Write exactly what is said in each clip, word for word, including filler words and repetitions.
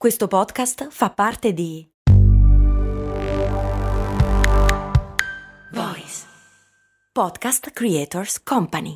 Questo podcast fa parte di Voice Podcast Creators Company.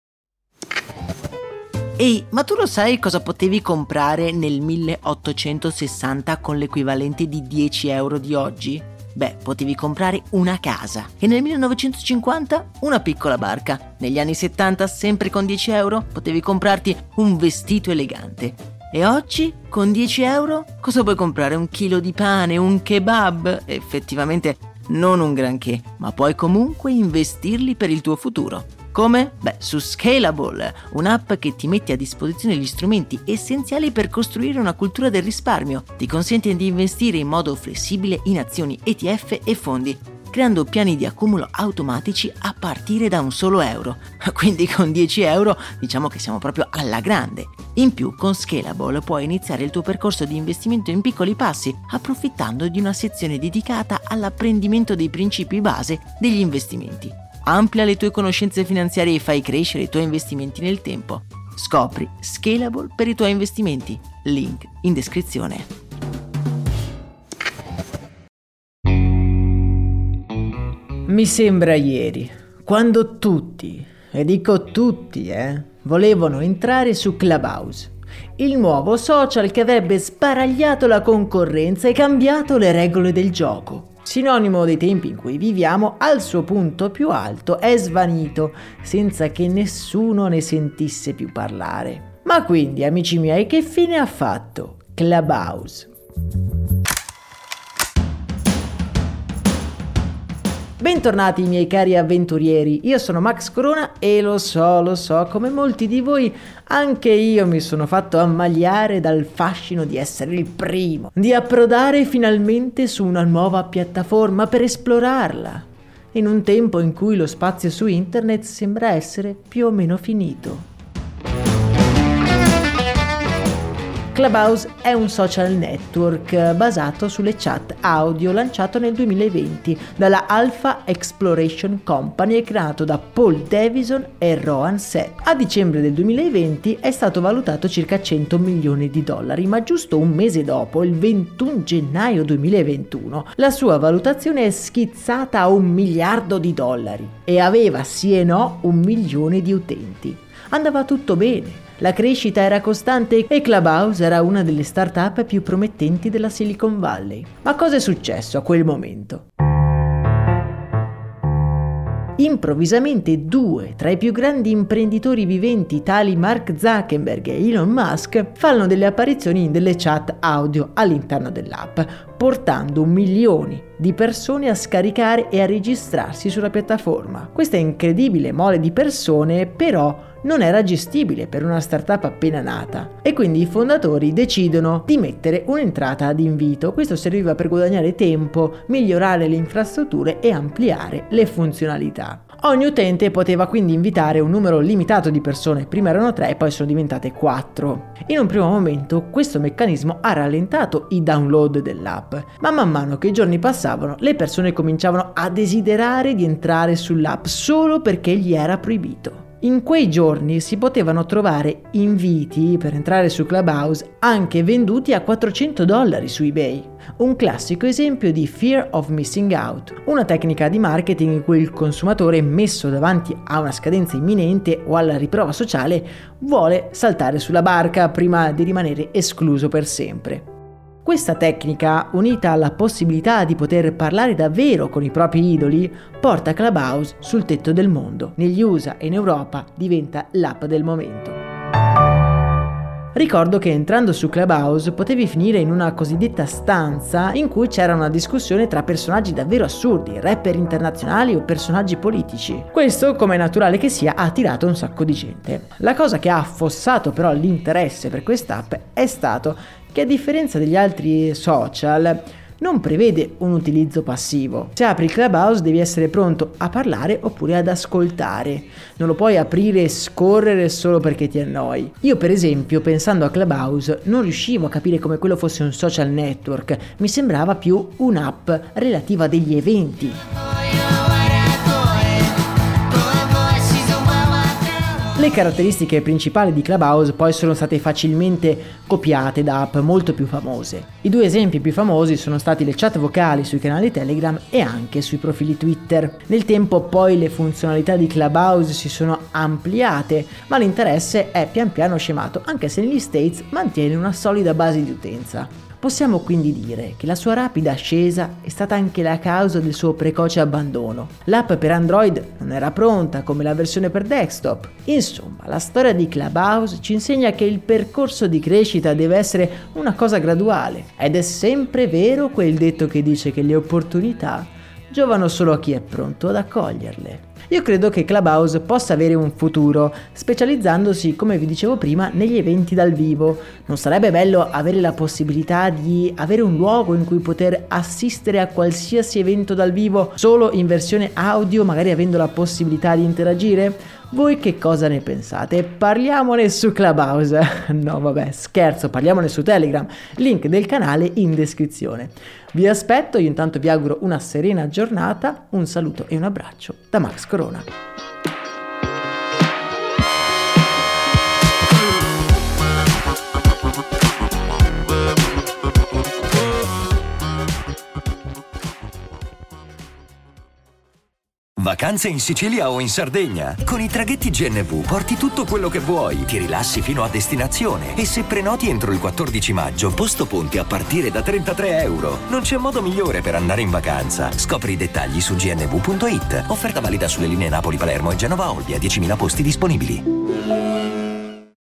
Ehi, ma tu lo sai cosa potevi comprare nel milleottocentosessanta con l'equivalente di dieci euro di oggi? Beh, potevi comprare una casa e nel millenovecentocinquanta una piccola barca. Negli anni settanta, sempre con dieci euro, potevi comprarti un vestito elegante. E oggi, con dieci euro, cosa puoi comprare? Un chilo di pane, un kebab? Effettivamente non un granché, ma puoi comunque investirli per il tuo futuro. Come? Beh, su Scalable, un'app che ti mette a disposizione gli strumenti essenziali per costruire una cultura del risparmio. Ti consente di investire in modo flessibile in azioni, E T F e fondi, creando piani di accumulo automatici a partire da un solo euro. Quindi con dieci euro diciamo che siamo proprio alla grande. In più, con Scalable puoi iniziare il tuo percorso di investimento in piccoli passi, approfittando di una sezione dedicata all'apprendimento dei principi base degli investimenti. Amplia le tue conoscenze finanziarie e fai crescere i tuoi investimenti nel tempo. Scopri Scalable per i tuoi investimenti. Link in descrizione. Mi sembra ieri, quando tutti, e dico tutti, eh, volevano entrare su Clubhouse, il nuovo social che avrebbe sbaragliato la concorrenza e cambiato le regole del gioco. Sinonimo dei tempi in cui viviamo, al suo punto più alto è svanito, senza che nessuno ne sentisse più parlare. Ma quindi, amici miei, che fine ha fatto Clubhouse? Bentornati miei cari avventurieri, io sono Max Corona e lo so, lo so, come molti di voi, anche io mi sono fatto ammaliare dal fascino di essere il primo, di approdare finalmente su una nuova piattaforma per esplorarla, in un tempo in cui lo spazio su internet sembra essere più o meno finito. Clubhouse è un social network basato sulle chat audio lanciato nel duemilaventi dalla Alpha Exploration Company e creato da Paul Davison e Rohan Seth. A dicembre del duemilaventi è stato valutato circa cento milioni di dollari, ma giusto un mese dopo, il ventuno gennaio duemilaventuno, la sua valutazione è schizzata a un miliardo di dollari e aveva sì e no un milione di utenti. Andava tutto bene. La crescita era costante e Clubhouse era una delle start-up più promettenti della Silicon Valley. Ma cosa è successo a quel momento? Improvvisamente due tra i più grandi imprenditori viventi, tali Mark Zuckerberg e Elon Musk, fanno delle apparizioni in delle chat audio all'interno dell'app, portando milioni di persone a scaricare e a registrarsi sulla piattaforma. Questa incredibile mole di persone però non era gestibile per una startup appena nata e quindi i fondatori decidono di mettere un'entrata ad invito. Questo serviva per guadagnare tempo, migliorare le infrastrutture e ampliare le funzionalità. Ogni utente poteva quindi invitare un numero limitato di persone, prima erano tre e poi sono diventate quattro. In un primo momento questo meccanismo ha rallentato i download dell'app, ma man mano che i giorni passavano le persone cominciavano a desiderare di entrare sull'app solo perché gli era proibito. In quei giorni si potevano trovare inviti per entrare su Clubhouse anche venduti a quattrocento dollari su eBay. Un classico esempio di fear of missing out, una tecnica di marketing in cui il consumatore, messo davanti a una scadenza imminente o alla riprova sociale, vuole saltare sulla barca prima di rimanere escluso per sempre. Questa tecnica, unita alla possibilità di poter parlare davvero con i propri idoli, porta Clubhouse sul tetto del mondo. Negli U S A e in Europa diventa l'app del momento. Ricordo che entrando su Clubhouse potevi finire in una cosiddetta stanza in cui c'era una discussione tra personaggi davvero assurdi, rapper internazionali o personaggi politici. Questo, come è naturale che sia, ha attirato un sacco di gente. La cosa che ha affossato però l'interesse per quest'app è stato che, a differenza degli altri social, non prevede un utilizzo passivo. Se apri Clubhouse devi essere pronto a parlare oppure ad ascoltare. Non lo puoi aprire e scorrere solo perché ti annoi. Io, per esempio, pensando a Clubhouse, non riuscivo a capire come quello fosse un social network. Mi sembrava più un'app relativa a degli eventi. Le caratteristiche principali di Clubhouse poi sono state facilmente copiate da app molto più famose. I due esempi più famosi sono stati le chat vocali sui canali Telegram e anche sui profili Twitter. Nel tempo poi le funzionalità di Clubhouse si sono ampliate, ma l'interesse è pian piano scemato, anche se negli States mantiene una solida base di utenza. Possiamo quindi dire che la sua rapida ascesa è stata anche la causa del suo precoce abbandono. L'app per Android non era pronta come la versione per desktop. Insomma, la storia di Clubhouse ci insegna che il percorso di crescita deve essere una cosa graduale, ed è sempre vero quel detto che dice che le opportunità giovano solo a chi è pronto ad accoglierle. Io credo che Clubhouse possa avere un futuro, specializzandosi, come vi dicevo prima, negli eventi dal vivo. Non sarebbe bello avere la possibilità di avere un luogo in cui poter assistere a qualsiasi evento dal vivo solo in versione audio, magari avendo la possibilità di interagire? Voi che cosa ne pensate? Parliamone su Clubhouse. No, vabbè, scherzo, parliamone su Telegram. Link del canale in descrizione. Vi aspetto, io intanto vi auguro una serena giornata, un saluto e un abbraccio da Max Corona. Vacanze in Sicilia o in Sardegna. Con i traghetti G N V porti tutto quello che vuoi, ti rilassi fino a destinazione e se prenoti entro il quattordici maggio, posto ponti a partire da trentatré euro. Non c'è modo migliore per andare in vacanza. Scopri i dettagli su g n v punto i t. Offerta valida sulle linee Napoli-Palermo e Genova-Olbia, diecimila posti disponibili.